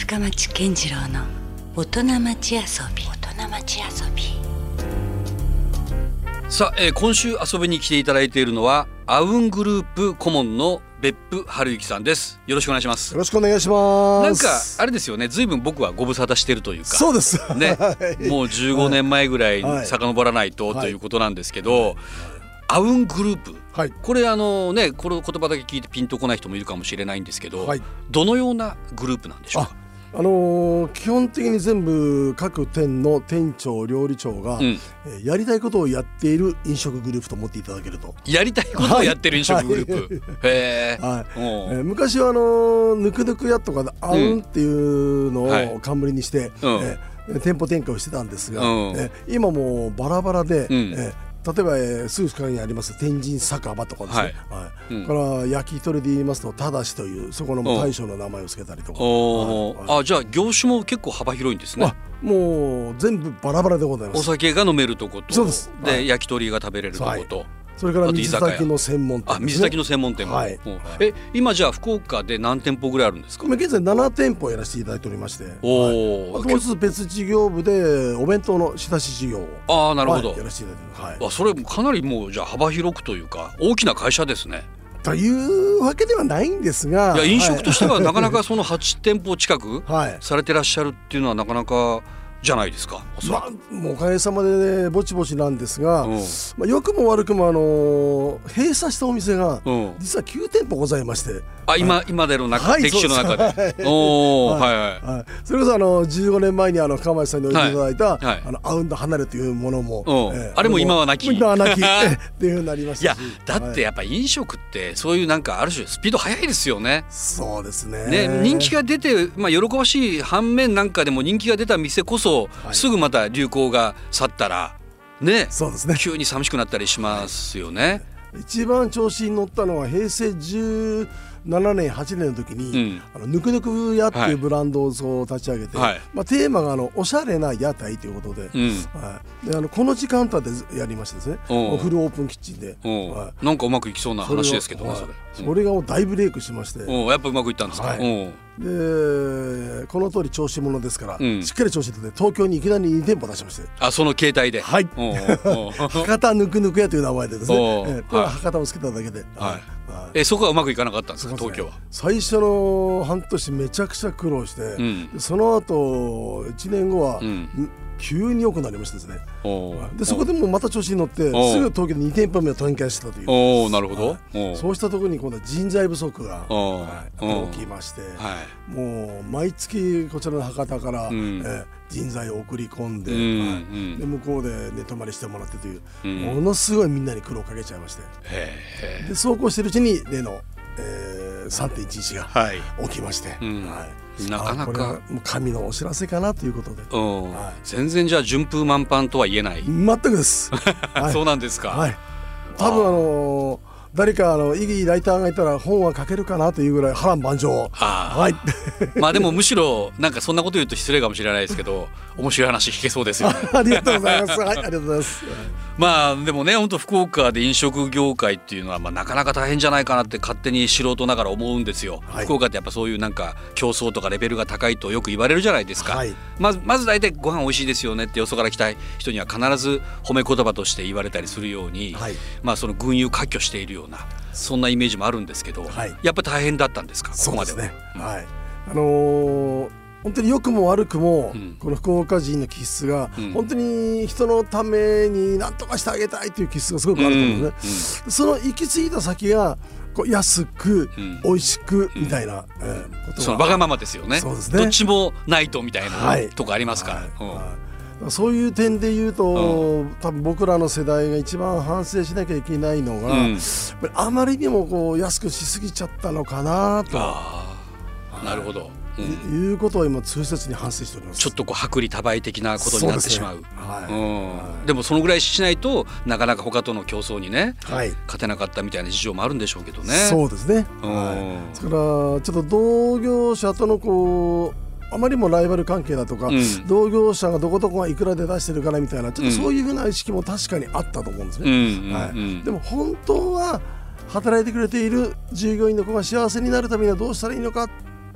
深町健次郎の大人町遊び。 さあ、今週遊びに来ていただいているのはアウングループ顧問の別府春之さんです。よろしくお願いします。 よろしくお願いします。 なんかあれですよね、ずいぶん僕はご無沙汰してるというか。 そうですね、もう15年前ぐらいはい遡らないと、ということなんですけど、アウングループ、これね、この言葉だけ聞いてピンとこない人もいるかもしれないんですけど、どのようなグループなんでしょうか。 基本的に全部各店の店長料理長が、やりたいことをやっている飲食グループと思っていただけると。 やりたいことをやってる飲食グループ、へー、 昔はぬくぬく屋とかアウンっていうのを冠にして、店舗展開をしてたんですが、今もうバラバラで、例えば、すぐ近くにあります天神酒場とかですね、から焼き鳥で言いますとただしというそこの大将の名前を付けたりとか、 じゃあ業種も結構幅広いんですね。 もう全部バラバラでございます。 お酒が飲めるとこと、 そうです、 焼き鳥が食べれるとこと、 それから水炊きの専門店、 水炊きの専門店も、今じゃあ福岡で何店舗ぐらいあるんですか。 今現在7店舗やらせていただいておりまして、あともう一つ別事業部でお弁当の仕出し事業をなるほど、 やらせていただいてます。 それかなりもうじゃあ幅広くというか大きな会社ですね。 というわけではないんですが、 いや飲食としてはなかなかその8店舗近くされてらっしゃるっていうのはなかなかじゃないですか。 もうおかげさまで、ぼちぼちなんですが、良くも悪くも閉鎖したお店が実は9店舗ございまして、 今での歴史の中で、それこそ15年前に深町さんにおいていただいた、アウンド離れというものも、 あれも今はなきっていうふうになりましたし。 いやだってやっぱ飲食ってそういうなんかある種スピード速いですよね。 そうですね。 人気が出て、喜ばしい反面なんかでも人気が出た店こそすぐまた流行が去ったらね、急に寂しくなったりしますよね。 一番調子に乗ったのは平成17年8年の時に、ぬくぬく屋っていうブランドを立ち上げて、テーマがおしゃれな屋台ということで、この時間帯でやりましてですね、フルオープンキッチンで、 なんかうまくいきそうな話ですけどね。 それが大ブレイクしまして、 やっぱうまくいったんですか。 でこの通り調子者ですから、しっかり調子出て東京にいきなり2店舗出しまして、 その携帯で、 博多ぬくぬく屋という名前でですね、博多をつけただけで、 そこはうまくいかなかったんですか。東京は最初の半年めちゃくちゃ苦労して、その後1年後は急に良くなりましたですね。でそこでもまた調子に乗って、すぐ東京で2店舗目を展開したという。 なるほど。 そうしたところに今度は人材不足が起きまして、もう毎月こちらの博多から人材を送り込んで、で向こうで寝泊まりしてもらってという、ものすごいみんなに苦労かけちゃいまして、でそうこうしてるうちに例の3.11 が起きまして、なかなかこれは神のお知らせかなということで、 全然じゃあ順風満帆とは言えない。 全くです。 そうなんですか。 多分誰かいいライターがいたら本は書けるかなというぐらい波乱万丈。 でもむしろなんかそんなこと言うと失礼かもしれないですけど、面白い話聞けそうですよね。 ありがとうございます。ありがとうございます。 でもね、本当福岡で飲食業界っていうのはなかなか大変じゃないかなって勝手に素人ながら思うんですよ。福岡ってやっぱそういうなんか競争とかレベルが高いとよく言われるじゃないですか。まず大体ご飯美味しいですよねってよそから来たい人には必ず褒め言葉として言われたりするように、その群雄割拠しているようなそんなイメージもあるんですけど、やっぱ大変だったんですか。ここまでは。 本当に良くも悪くも、この福岡人の気質が、本当に人のために何とかしてあげたいという気質がすごくあると思うんですね。その行き着いた先が安く、美味しくみたいなことそのわがままですよね。どっちもないとみたいなとこありますから。 そういう点で言うと、多分僕らの世代が一番反省しなきゃいけないのが、あまりにも安くしすぎちゃったのかなと。 なるほど。 いうことを今痛切に反省しております。 ちょっと薄利多売的なことになってしまう。でもそのぐらいしないとなかなか他との競争にね、勝てなかったみたいな事情もあるんでしょうけどね。 そうですね。それからちょっと同業者とのあまりもライバル関係だとか、同業者がどこどこがいくらで出してるからみたいな、ちょっとそういうふうな意識も確かにあったと思うんですね。でも本当は働いてくれている従業員の子が幸せになるためにはどうしたらいいのかっ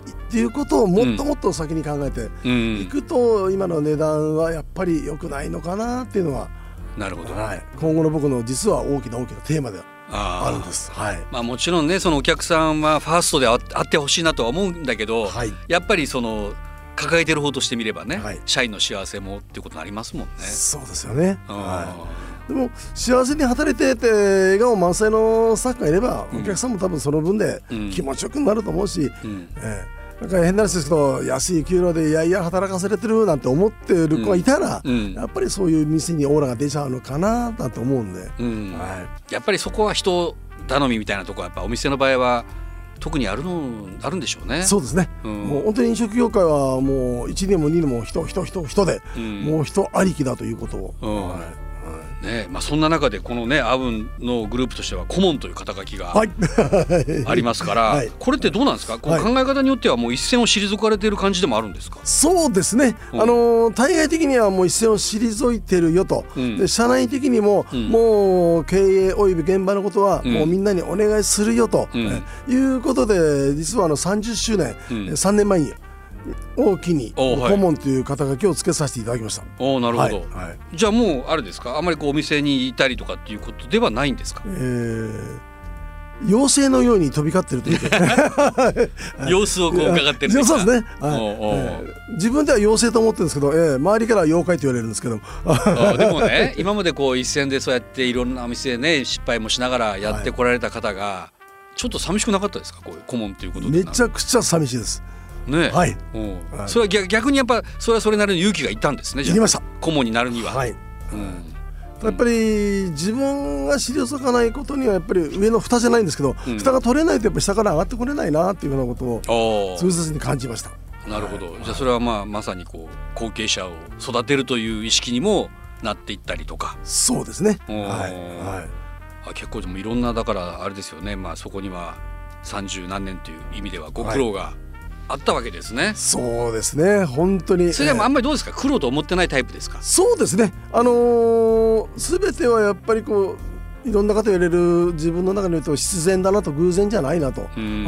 っていうことをもっともっと先に考えていくと、今の値段はやっぱり良くないのかなっていうのは、 なるほど、 はい、今後の僕の実は大きなテーマであるんです。はい、 まあ、もちろんね、そのお客さんはファーストであってほしいなとは思うんだけど、はい、やっぱりその抱えてる方としてみればね、はい、社員の幸せもっていうことになりますもんね。 そうですよね。でも幸せに働いてて笑顔満載のスタッフがいれば、お客さんも多分その分で気持ちよくなると思うし、なんか変な話ですけど、安い給料でいやいや働かされてるなんて思ってる子がいたら、やっぱりそういう店にオーラが出ちゃうのかなだと思うんで、 やっぱりそこは人頼みみたいなところはやっぱお店の場合は特にあるんでしょうね。 そうですね、もう本当に飲食業界はもう1年も2年も人で、もう人ありきだということを、 ね、まあ、そんな中でこのねアウンのグループとしては顧問という肩書きがありますから、はい、これってどうなんですか、こう考え方によってはもう一線を退かれている感じでもあるんですか。 そうですね、対外的にはもう一線を退いてるよと、で社内的にも、もう経営および現場のことはもうみんなにお願いするよと、いうことで、実は30周年、3年前に大きに顧問という肩書きをつけさせていただきました。 なるほど、じゃあもうあれですか、あまりこうお店にいたりとかっていうことではないんですか。 妖精のように飛び交ってるという様子をこう伺ってるんですか。 そうですね、自分では妖精と思ってるんですけど、周りからは妖怪と言われるんですけどでもね、今までこう一線でそうやっていろんなお店ね失敗もしながらやってこられた方が、ちょっと寂しくなかったですか、こういう顧問ということで。 めちゃくちゃ寂しいですね。 はい、 それは逆にやっぱそれはそれなりの勇気がいったんですね。 いりました、 顧問になるには。はい、 やっぱり自分が退かないことにはやっぱり上の蓋じゃないんですけど、蓋が取れないとやっぱり下から上がってこれないなっていうようなことを痛切に感じました。 なるほど、じゃあそれはまさにこう後継者を育てるという意識にもなっていったりとか。 そうですね、 結構でもいろんな、だからあれですよね、そこには30何年という意味ではご苦労があったわけですね。 そうですね、本当に。 それでもあんまりどうですか、苦労と思ってないタイプですか。 そうですね、全てはやっぱりこういろんな方言われる自分の中に言うと必然だなと、偶然じゃないなと、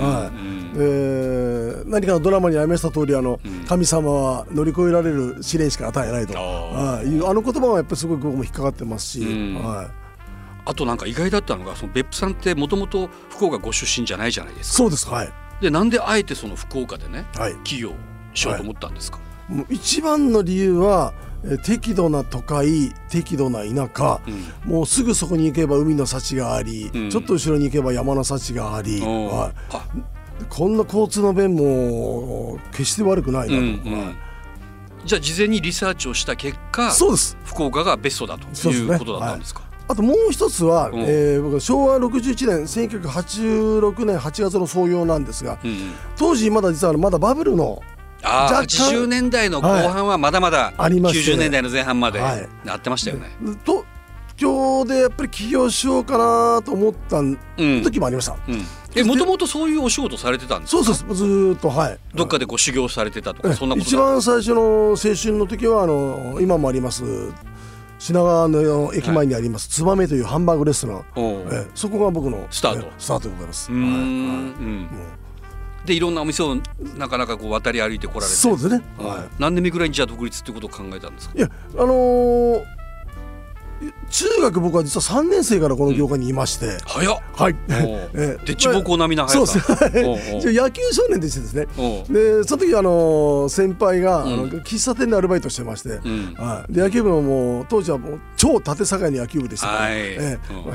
何かのドラマにありました通り、神様は乗り越えられる試練しか与えないと、いう言葉はやっぱりすごく僕も引っかかってますし、 あとなんか意外だったのが、その別府さんってもともと福岡ご出身じゃないじゃないですか。 そうです、はい。 でなんであえてその福岡でね、起業しようと思ったんですか。 もう一番の理由は、適度な都会、適度な田舎、もうすぐそこに行けば海の幸があり、ちょっと後ろに行けば山の幸があり、こんな交通の便も決して悪くないなと。 じゃあ事前にリサーチをした結果、 そうです、 福岡がベストだということだったんですか。 あともう一つは、僕は昭和61年1986年8月の創業なんですが、当時実はまだバブルの 80年代の後半はまだまだ90年代の前半までなってましたよね。 東京でやっぱり起業しようかなと思った時もありました。 もともとそういうお仕事されてたんですか。 そうずっと、 どっかでこう修行されてたとか、そんなこと。 一番最初の青春の時は今もあります品川の駅前にありますつばめというハンバーグレストラン、そこが僕のスタートでございます。 でいろんなお店をなかなかこう渡り歩いてこられて。 そうですね、 何年目ぐらいにじゃあ独立っていうことを考えたんですか。 いや中学、僕は実は3年生からこの業界にいまして、 早っ。でちぼこ並みな速さ。 野球少年でしてですね、でその時先輩が喫茶店でアルバイトしてまして、で野球部のもう当時はもう超縦境の野球部でしたから、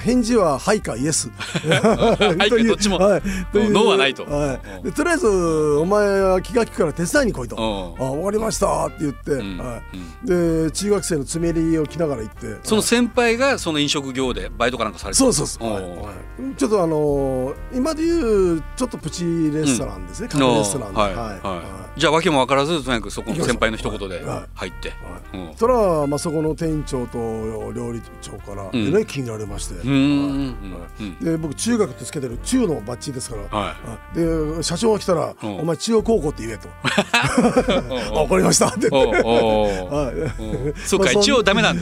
返事ははいかイエスはいどっちもノーはないと。 とりあえずお前は気が利くから手伝いに来いと、分かりましたって言って、で中学生の詰め襟を着ながら行って、 その先輩がその飲食業でバイトかなんかされてた。そうちょっと今でいうちょっとプチレストランですね、カフェレストランで。 じゃあ訳も分からずとにかくそこの先輩の一言で入って、 それはそこの店長と料理長からえらい気に入られまして、で僕中学ってつけてる中のバッジですから、で社長が来たらお前中央高校って言えと分かりましたって言って、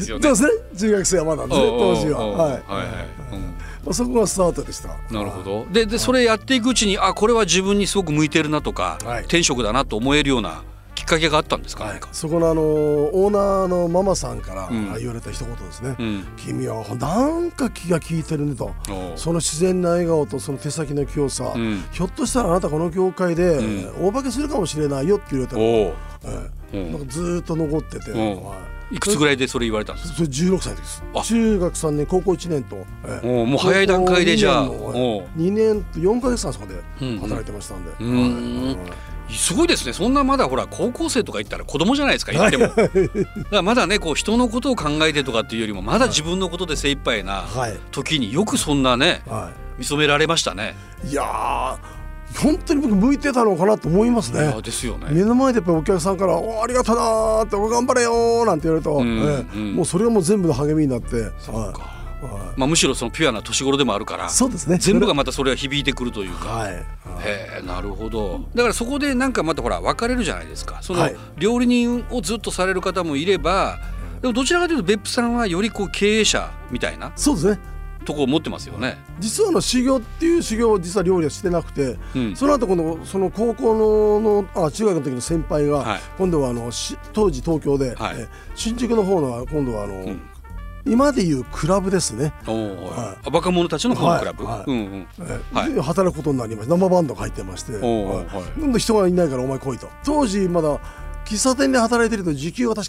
そうか、一応ダメなんですよね。 そうですね、中学生はまだですね、当時は。 そこがスタートでした。 なるほど。でそれやっていくうちにこれは自分にすごく向いてるなとか、天職だなと思えるようなきっかけがあったんですか？ そこのオーナーのママさんから言われた一言ですね、君はなんか気が利いてるねと、その自然な笑顔とその手先の器用さ、ひょっとしたらあなたこの業界で大化けするかもしれないよって言われたのが、なんかずっと残ってて、 いくつぐらいでそれ言われたんですか？ それ16歳です。中学3年高校1年と、 もう早い段階でじゃあ 2年と4ヶ月間そこで働いてましたんで、 すごいですね。そんなまだほら高校生とか言ったら子供じゃないですか、言っても。だからまだねこう人のことを考えてとかっていうよりもまだ自分のことで精一杯な時によくそんなね、見初められましたね。 いや本当に僕向いてたのかなと思いますね。 ですよね。 目の前でやっぱりお客さんからありがとうなって頑張れよなんて言われると、もうそれがもう全部の励みになって、 むしろそのピュアな年頃でもあるから、 そうですね、 全部がまたそれが響いてくるというか、なるほど。だからそこでなんかまたほら分かれるじゃないですか。その料理人をずっとされる方もいれば、でもどちらかというと別府さんはよりこう経営者みたいな、 そうですね、 とこを持ってますよね。 実は修行っていう修行を実は料理はしてなくて、その後今度その高校の中学の時の先輩が、今度は当時東京で、新宿の方の今度は今でいうクラブですね。 若者たちのファンクラブで働くことになりました。生バンドが入ってまして、今度人がいないからお前来いと。当時まだ喫茶店で働いてると時給は確か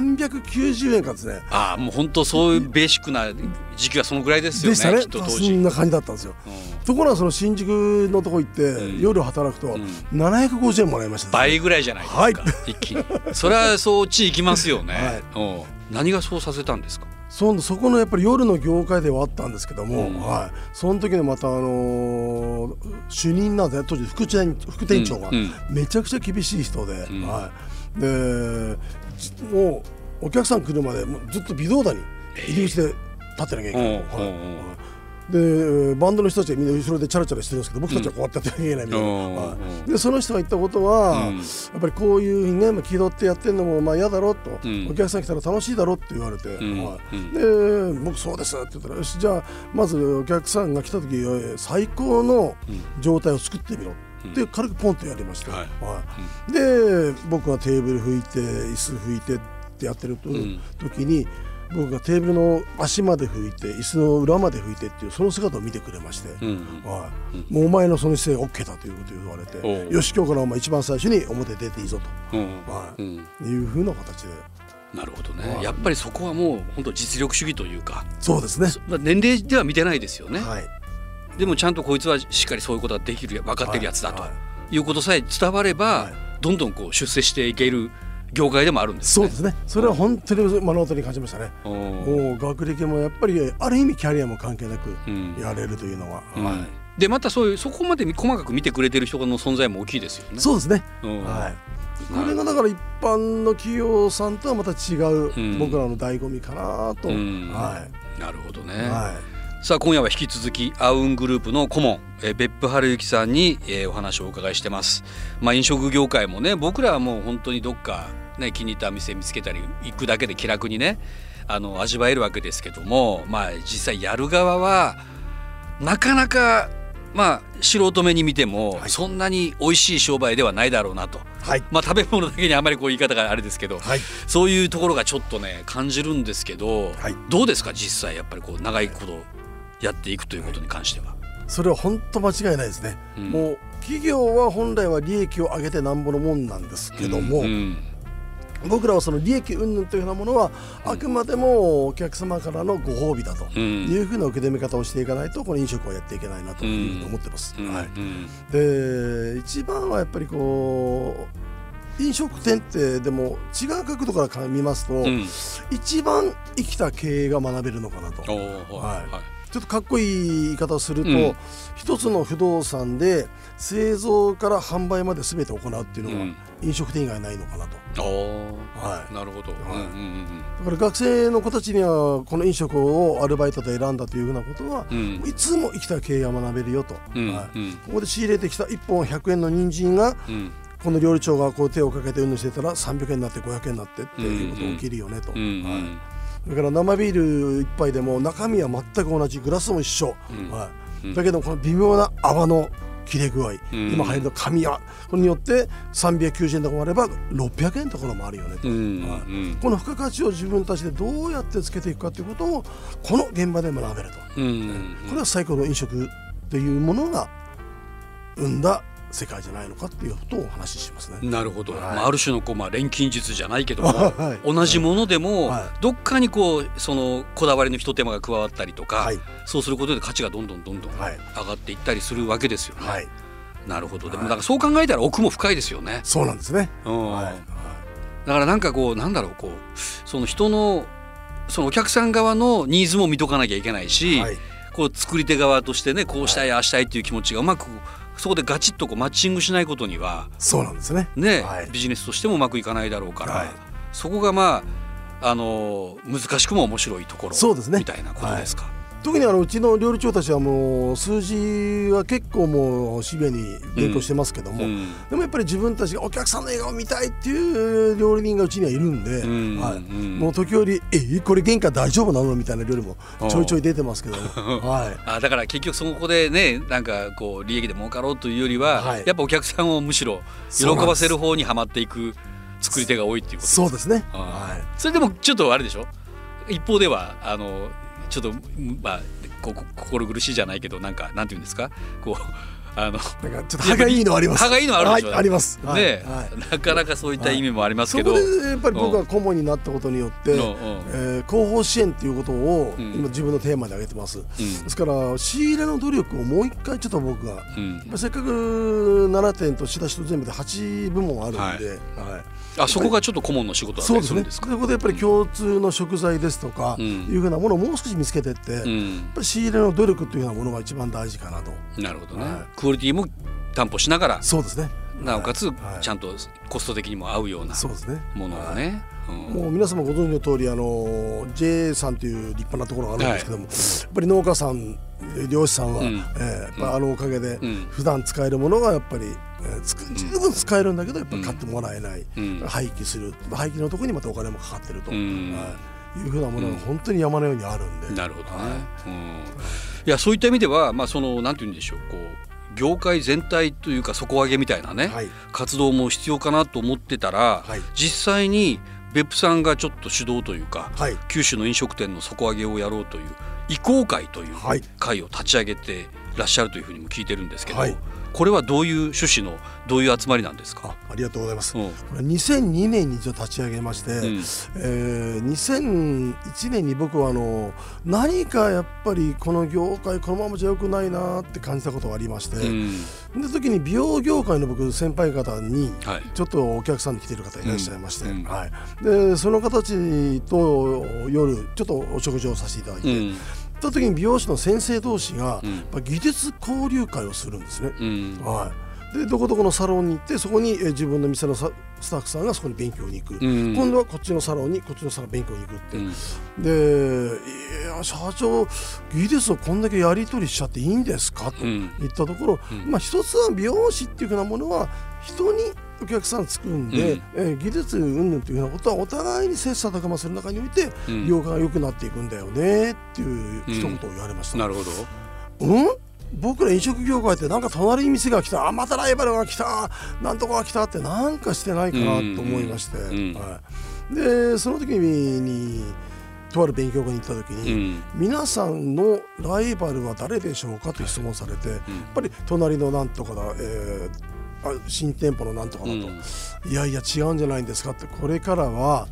390円かですね。 もう本当そういうベーシックな時給はそのぐらいですよね。 でしたね。 きっと当時そんな感じだったんですよ。ところがその新宿のとこ行って夜働くと750円もらいました。 倍ぐらいじゃないですか、一気に。それはそっち行きますよね。何がそうさせたんですか？ そこのやっぱり夜の業界ではあったんですけども、その時にまた主任なんで当時副店長がめちゃくちゃ厳しい人で、でもうお客さん来るまでずっと微動だに入り口で立ってなきゃいけない。でバンドの人たちはみんな後ろでチャラチャラしてるんですけど、僕たちはこうやってやってなきゃいけないみたいな。でその人が言ったことは、やっぱりこういうふうにね気取ってやってるのも嫌だろと、お客さん来たら楽しいだろって言われて、で僕そうですって言ったら、よしじゃあまずお客さんが来た時最高の状態を作ってみろって軽くポンとやりまして、で僕がテーブル拭いて椅子拭いてってやってる時に、僕がテーブルの足まで拭いて椅子の裏まで拭いてっていうその姿を見てくれまして、もうお前のその姿勢が OK だということを言われて、よし今日からお前一番最初に表出ていいぞと、いうふうな形で。 なるほどね。やっぱりそこはもう本当実力主義というか。 そうですね。 年齢では見てないですよね。でもちゃんとこいつはしっかりそういうことができる分かってるやつだということさえ伝われば、どんどんこう出世していける業界でもあるんですね。 そうですね。それは本当に目の当たりに感じましたね。もう学歴もやっぱりある意味キャリアも関係なくやれるというのは、 でまたそこまで細かく見てくれてる人の存在も大きいですよね。 そうですね。これがだから一般の企業さんとはまた違う僕らの醍醐味かなと。 なるほどね。さあ今夜は引き続きアウングループの顧問別府春之さんにお話をお伺いしてます。飲食業界もね、僕らはもう本当にどっかね気に入った店見つけたり行くだけで気楽にね味わえるわけですけども、実際やる側はなかなか素人目に見てもそんなに美味しい商売ではないだろうなと、食べ物だけにあまりこう言い方があれですけど、そういうところがちょっとね感じるんですけど、どうですか実際やっぱりこう長いことやっていくということに関しては。 それは本当間違いないですね。もう企業は本来は利益を上げてなんぼのもんなんですけども、僕らはその利益云々というようなものはあくまでもお客様からのご褒美だというふうな受け止め方をしていかないとこの飲食をやっていけないなというふうに思ってます。で一番はやっぱりこう飲食店ってでも違う角度から見ますと、一番生きた経営が学べるのかなと。ちょっとかっこいい言い方をすると、一つの不動産で製造から販売まで全て行うっていうのが飲食店以外ないのかなと。 なるほど。だから学生の子たちにはこの飲食をアルバイトで選んだというふうなことは、いつも生きた経営が学べるよと。ここで仕入れてきた1本100円の人参が、この料理長がこう手をかけて運動してたら300円になって500円になってっていうことが起きるよねと。 それから生ビール一杯でも中身は全く同じ、グラスも一緒、だけどこの微妙な泡の切れ具合、今入るの紙はこれによって390円のところもあれば600円のところもあるよねと、この付加価値を自分たちでどうやってつけていくかということをこの現場で学べると、これは最高の飲食というものが生んだ世界じゃないのかっていうことをお話ししますね。 なるほど、ある種の錬金術じゃないけども、同じものでもどっかにそのこだわりの一手間が加わったりとか、そうすることで価値がどんどん上がっていったりするわけですよね。なるほど。でもなんかそう考えたら奥も深いですよね。 そうなんですね。 だからなんかなんだろう、その人のそのお客さん側のニーズも見とかなきゃいけないし、作り手側としてね、こうしたいああしたいっていう気持ちがうまくそこでガチッとマッチングしないことにはそうなんですね。 ビジネスとしてもうまくいかないだろうから、そこが難しくも面白いところみたいなことですか。 特にうちの料理長たちはもう数字は結構もうシビアに勉強してますけども、でもやっぱり自分たちがお客さんの笑顔を見たいっていう料理人がうちにはいるんで、もう時折これ原価大丈夫なのみたいな料理もちょいちょい出てますけども、 だから結局そこでね、なんか利益で儲かろうというよりは、やっぱお客さんをむしろ喜ばせる方にはまっていく作り手が多いっていうことですか。 そうですね。 それでもちょっとあれでしょ、一方ではちょっと心苦しいじゃないけど、なんていうんですか、 なんかちょっと歯がいいのあります。 歯がいいのあるでしょ。 ありますね。なかなかそういった意味もありますけど、 そこでやっぱり僕が顧問になったことによって広報支援っていうことを今自分のテーマで挙げてます。ですから仕入れの努力をもう一回ちょっと僕がせっかく7点と仕出しと全部で8部門あるんで、 そこがちょっと顧問の仕事だったりするんですか。 そういうことでやっぱり共通の食材ですとかいうふうなものをもう少し見つけていって、やっぱり仕入れの努力というようなものが一番大事かなと。 なるほどね。クオリティも担保しながら、 そうですね。 なおかつちゃんとコスト的にも合うようなものをね。 もう皆様ご存知の通りJ さんという立派なところがあるんですけども、やっぱり農家さん漁師さんはおかげで普段使えるものがやっぱり十分使えるんだけどやっぱり買ってもらえない、廃棄する、廃棄のところにまたお金もかかってるというふうなものが本当に山のようにあるんで。 なるほどね。いや、そういった意味ではなんて言うんでしょう、業界全体というか底上げみたいなね、活動も必要かなと思ってたら、実際に別府さんがちょっと主導というか、九州の飲食店の底上げをやろうという移行会という会を立ち上げてらっしゃるというふうにも聞いてるんですけど、これはどういう趣旨のどういう集まりなんですか。 ありがとうございます。これ2002年に一度立ち上げまして、2001年に僕は何かやっぱりこの業界このままじゃ良くないなって感じたことがありまして、で時に美容業界の僕先輩方にちょっとお客さんに来てる方いらっしゃいまして、でその方たちと夜ちょっとお食事をさせていただいて、た時に美容師の先生同士が技術交流会をするんですね。でどこどこのサロンに行って、そこに自分の店のスタッフさんがそこに勉強に行く、今度はこっちのサロンにこっちのサロン勉強に行くって、でいや社長技術をこんだけやり取りしちゃっていいんですかと言ったところ、一つは美容師っていうふうなものは人にお客さんつくんで、技術云々というようなことはお互いに切磋琢磨する中において業界が良くなっていくんだよねっていう一言を言われました。 なるほど。 僕ら飲食業界ってなんか隣に店が来た、またライバルが来た、なんとかが来たってなんかしてないかなと思いまして、でその時にとある勉強会に行った時に、皆さんのライバルは誰でしょうかと質問されて、やっぱり隣のなんとかだ、新店舗のなんとかだと、いやいや違うんじゃないんですかって、これからは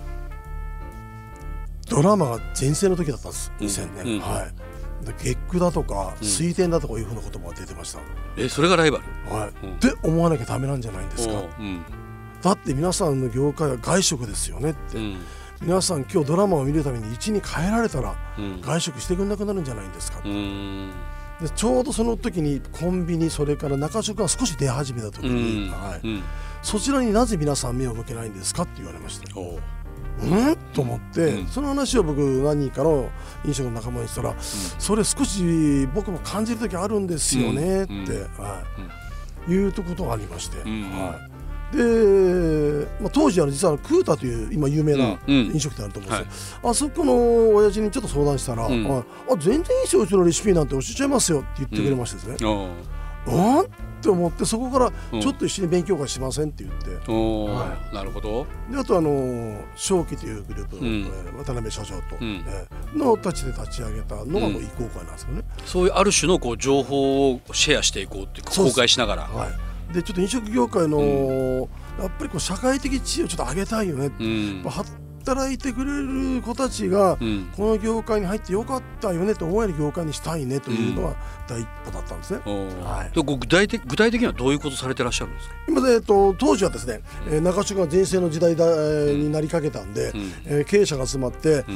ドラマが全盛の時だったんです、2000年。月句だとか水田だとかいうふうな言葉が出てました。 それがライバル、 って思わなきゃダメなんじゃないんですか。だって皆さんの業界は外食ですよねって、皆さん今日ドラマを見るために家に帰られたら外食してくれなくなるんじゃないんですかって。でちょうどその時にコンビニ、それから中食が少し出始めた時に、そちらになぜ皆さん目を向けないんですかって言われました。と思って、その話を僕何人かの飲食の仲間にしたら、それ少し僕も感じる時あるんですよねっていうことがありまして、で当時実はクータという今有名な飲食店あると思うんですよ、あそこの親父にちょっと相談したら、全然いいですようちのレシピなんて教えちゃいますよって言ってくれましてですね、って思って、そこからちょっと一緒に勉強会しませんって言って、 なるほど。 であと正気というグループの、渡辺社長と、のたちで立ち上げたのが移行会なんですよね。 そういうある種の情報をシェアしていこうっていうか、公開しながら、 でちょっと飲食業界の、やっぱり社会的地位をちょっと上げたいよね、働いてくれる子たちがこの業界に入ってよかったよねと思える業界にしたいねというのが第一歩だったんですね。 具体的にはどういうことされてらっしゃるんですか？ 今当時はですね、中小が全盛の時代になりかけたんで、経営者が集まって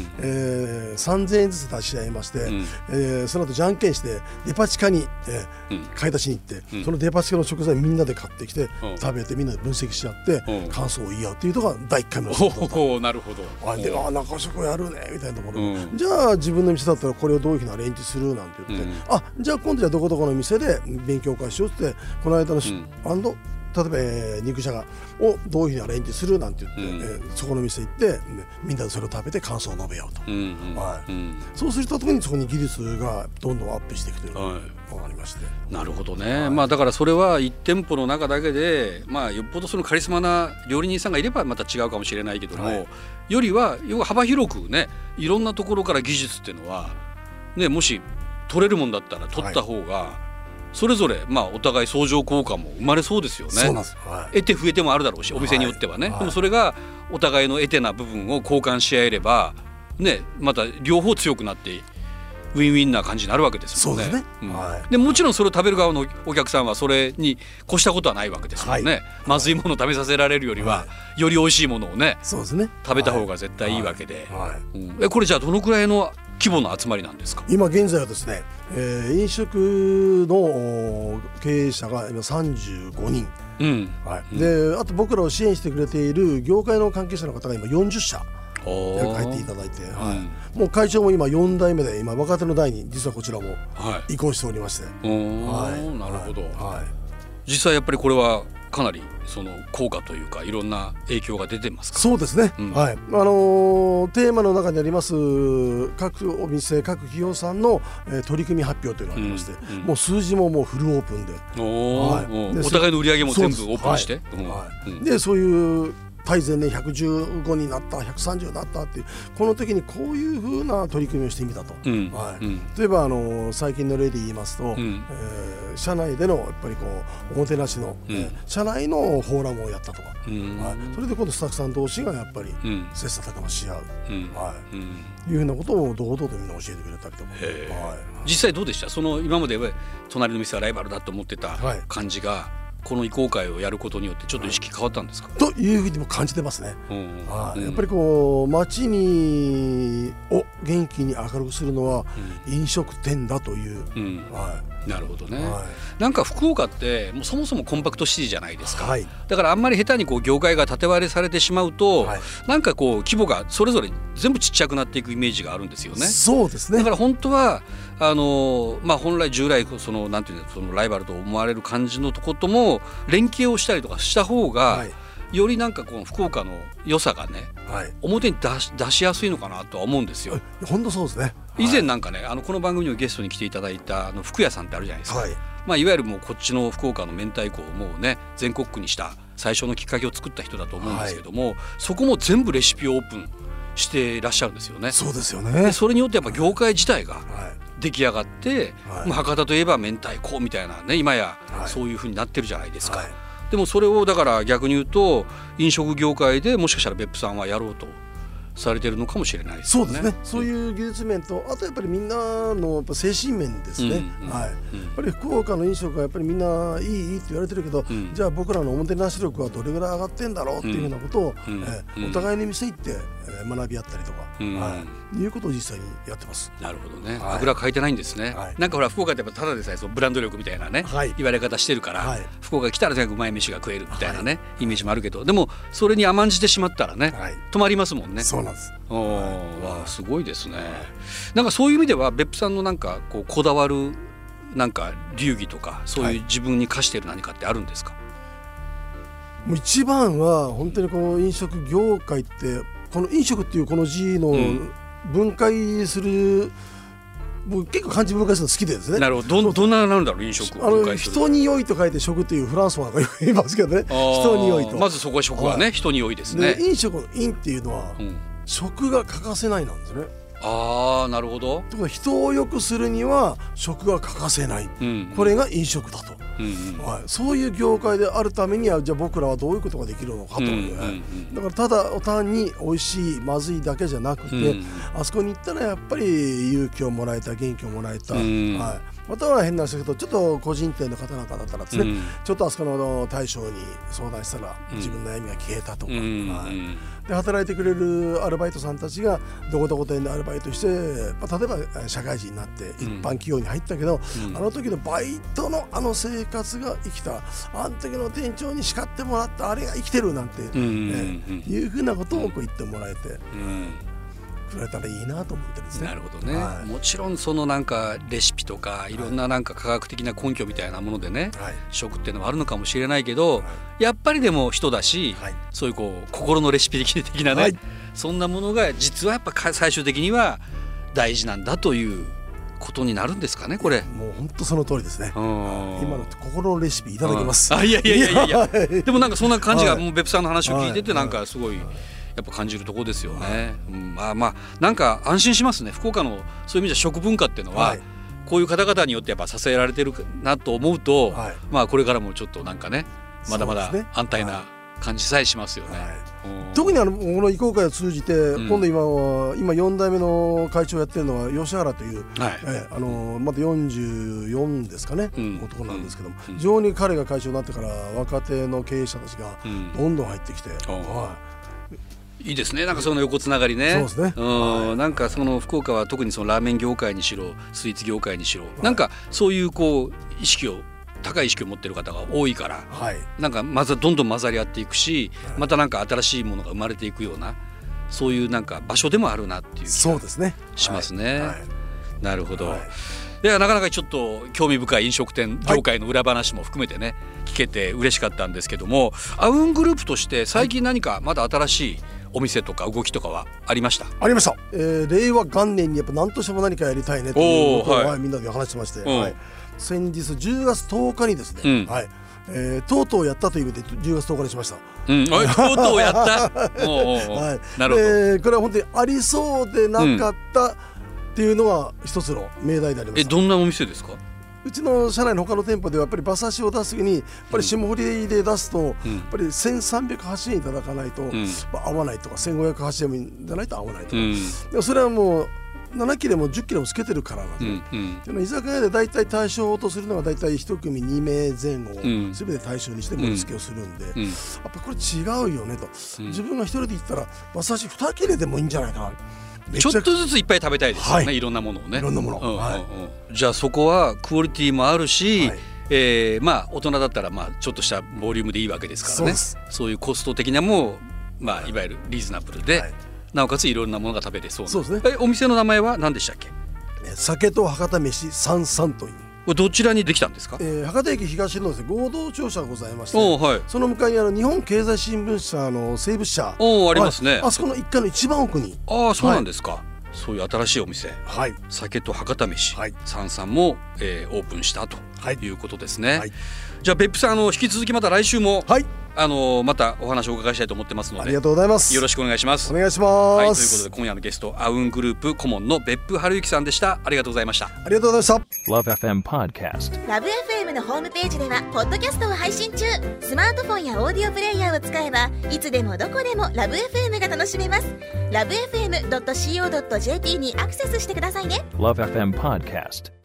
、3000円ずつ出し合いまして、その後じゃんけんしてデパ地下に、買い出しに行って、そのデパ地下の食材みんなで買ってきて、食べてみんなで分析し合って感想を言い合うっていうのが第1回目の仕事だった。 なるほど。 で中食やるねみたいなところ、じゃあ自分の店だったらこれをどういうふうにアレンジするなんて言って、じゃあ今度はどこどこの店で勉強会しようってこの間の例えば肉じゃがをどういうふうにアレンジするなんて言って、そこの店行ってみんなでそれを食べて感想を述べようと、そうすると特にそこに技術がどんどんアップしていくというのがありまして、 なるほどね、だからそれは1店舗の中だけで、よっぽどそのカリスマな料理人さんがいればまた違うかもしれないけども、よりは幅広くね、いろんなところから技術っていうのはね、もし取れるもんだったら取った方が、それぞれお互い相乗効果も生まれそうですよね。 そうなんです、 得手増えてもあるだろうし、お店によってはね、でもそれがお互いの得手な部分を交換し合えればね、また両方強くなってウィンウィンな感じになるわけですもんね。 そうですね、 でもちろんそれを食べる側のお客さんはそれに越したことはないわけですもんね、まずいものを食べさせられるよりは、より美味しいものをね、 そうですね、 食べた方が絶対いいわけで、これじゃあどのくらいの規模の集まりなんですか？ 今現在はですね、飲食の経営者が今35人、であと僕らを支援してくれている業界の関係者の方が今40社入っていただいて、もう会長も今4代目で、今若手の代に実はこちらも移行しておりまして、 なるほど、実際やっぱりこれはかなりその効果というかいろんな影響が出てますか？ そうですね、テーマの中にあります各お店各企業さんの、取り組み発表というのがありまして、もう数字ももうフルオープンで、 お互いの売り上げも全部オープンして、 でそういう対前年115になった130になったっていうこの時にこういうふうな取り組みをしてみたと、例えば最近の例で言いますと、社内でのやっぱりおもてなしの、社内のフォーラムをやったとか、それで今度スタッフさん同士がやっぱり切磋琢磨し合う、いうふうなことを堂々とみんな教えてくれたりとか、 実際どうでした？その今まで隣の店はライバルだと思ってた感じが、この移行会をやることによってちょっと意識変わったんですか？ というふうにも感じてますね。やっぱり街にを元気に明るくするのは飲食店だという、 なるほどね、なんか福岡ってもうそもそもコンパクトシティじゃないですか、だからあんまり下手に業界が縦割りされてしまうと、なんか規模がそれぞれ全部ちっちゃくなっていくイメージがあるんですよね。 そうですね。 だから本当は本来従来なんていうの、そのライバルと思われる感じのとことも連携をしたりとかした方が、よりなんか福岡の良さがね、表に出しやすいのかなとは思うんですよ。 本当そうですね。 以前なんかね、この番組にもゲストに来ていただいた福屋さんってあるじゃないですか、いわゆるもうこっちの福岡の明太子をもうね全国区にした最初のきっかけを作った人だと思うんですけども、そこも全部レシピをオープンしていらっしゃるんですよね。 そうですよね。 でそれによってやっぱ業界自体が出来上がって、博多といえば明太子みたいなね、今やそういう風になってるじゃないですか、でもそれをだから逆に言うと飲食業界でもしかしたら別府さんはやろうとされてるのかもしれないですね。 そうですね。そういう技術面と、あとやっぱりみんなのやっぱ精神面ですね。やっぱり福岡の飲食がやっぱりみんないいって言われてるけど、じゃあ僕らのおもてなし力はどれぐらい上がってんだろうっていうふうなことを、お互いに店行って学び合ったりとか、いうことを実際にやってます。 なるほどね。あぐらかいてないんですね。なんかほら福岡ってやっぱただでさえブランド力みたいなね、言われ方してるから、福岡来たらとにかくうまい飯が食えるみたいなね、イメージもあるけど、でもそれに甘んじてしまったらね、止まりますもんね。 そうなんです。 すごいですね。なんかそういう意味では別府さんのなんかこだわるなんか流儀とかそういう自分に課している何かってあるんですか？ もう一番は本当にこの飲食業界ってこの飲食っていうこの字の分解する、僕結構漢字分解するの好きでですね。 なるほど。どんななんだろう飲食を分解する。 人に良いと書いて食っていうフランス語が言いますけどね。人に良いと。 まずそこは食はね、人に良いですね。 飲食の飲っていうのは、食が欠かせないなんですね。 なるほど。 人を良くするには食が欠かせない、これが飲食だと、そういう業界であるためにはじゃあ僕らはどういうことができるのかと、だからただ単に美味しいまずいだけじゃなくて、あそこに行ったらやっぱり勇気をもらえた、元気をもらえた、または変な話だけどちょっと個人店の方なんかだったらですね、ちょっとあそこの大将に相談したら自分の悩みが消えたとか、で働いてくれるアルバイトさんたちがどこどこ店でアルバイトして、例えば社会人になって一般企業に入ったけど、あの時のバイトのあの生活が生きた、あの時の店長に叱ってもらったあれが生きてるなんて、いうふうなことをこう言ってもらえて、くれたらいいなと思ってるんですね。 なるほどね、もちろんそのなんかレシピとかいろんななんか科学的な根拠みたいなものでね、食っていうのはあるのかもしれないけど、やっぱりでも人だし、そういうこう心のレシピ的なね、そんなものが実はやっぱ最終的には大事なんだということになるんですかね、これ。 もう本当その通りですね。今の心のレシピいただきます。 いやでもなんかそんな感じが、もう別府さんの話を聞いててなんかすごいやっぱ感じるところですよね。なんか安心しますね。福岡のそういう意味じゃ食文化っていうのは、こういう方々によってやっぱ支えられてるなと思うと、これからもちょっとなんかね、まだまだ安泰な感じさえしますよね。 特にこの移行会を通じて、今度今4代目の会長をやってるのは吉原という、まだ44ですかね、男なんですけども、非常に彼が会長になってから若手の経営者たちがどんどん入ってきて、 いいですね。なんかその横つながりね。 そうですね。 なんかその福岡は特にそのラーメン業界にしろスイーツ業界にしろ、なんかそういうこう高い意識を持っている方が多いから、なんかまずどんどん混ざり合っていくし、またなんか新しいものが生まれていくような、そういうなんか場所でもあるなっていう気がしますね。なるほど。ではなかなかちょっと興味深い飲食店業界の裏話も含めてね、聞けて嬉しかったんですけども、アウングループとして最近何かまだ新しいお店とか動きとかはありました？ ありました。令和元年にやっぱ何としても何かやりたいねということをみんなで話してまして、先日10月10日にですね、とうとうやったという意味で10月10日にしました。 とうとうやった。なるほど。 これは本当にありそうでなかったっていうのが一つの命題であります。 どんなお店ですか？ うちの社内の他の店舗ではやっぱり馬刺しを出す時にやっぱり霜降りで出すとやっぱり1380円いただかないと合わないとか、1580円じゃないと合わないとか、でもそれはもう7切れも10切れもつけてるからなんで、居酒屋で大体対象とするのが大体1組2名前後を全て対象にして盛り付けをするんで、やっぱこれ違うよねと、自分が一人で行ったら馬刺し2切れでもいいんじゃないかな、 ちょっとずついっぱい食べたいですよね、いろんなものをね。 いろんなもの、 じゃあそこはクオリティもあるし、大人だったらちょっとしたボリュームでいいわけですからね。そういうコスト的なもいわゆるリーズナブルで、なおかついろんなものが食べれそうな。 そうですね。 お店の名前は何でしたっけ？ 酒と博多飯33という。 どちらにできたんですか？ 博多駅東のですね、合同庁舎がございまして、その向かいに日本経済新聞社の西部支社ありますね。 あそこの1階の一番奥に。 そうなんですか。そういう新しいお店、酒と博多飯33も、オープンしたということですね。じゃあ別府さん引き続きまた来週も、またお話をお伺いしたいと思ってますので、 ありがとうございます。 よろしくお願いします。 お願いします。 ということで今夜のゲスト、アウングループ顧問の別府春之さんでした。ありがとうございました。 ありがとうございました。 LoveFM Podcast。LoveFM のホームページではポッドキャストを配信中。スマートフォンやオーディオプレイヤーを使えばいつでもどこでも LoveFM が楽しめます。LoveFM.co.jp にアクセスしてくださいね。LoveFM Podcast。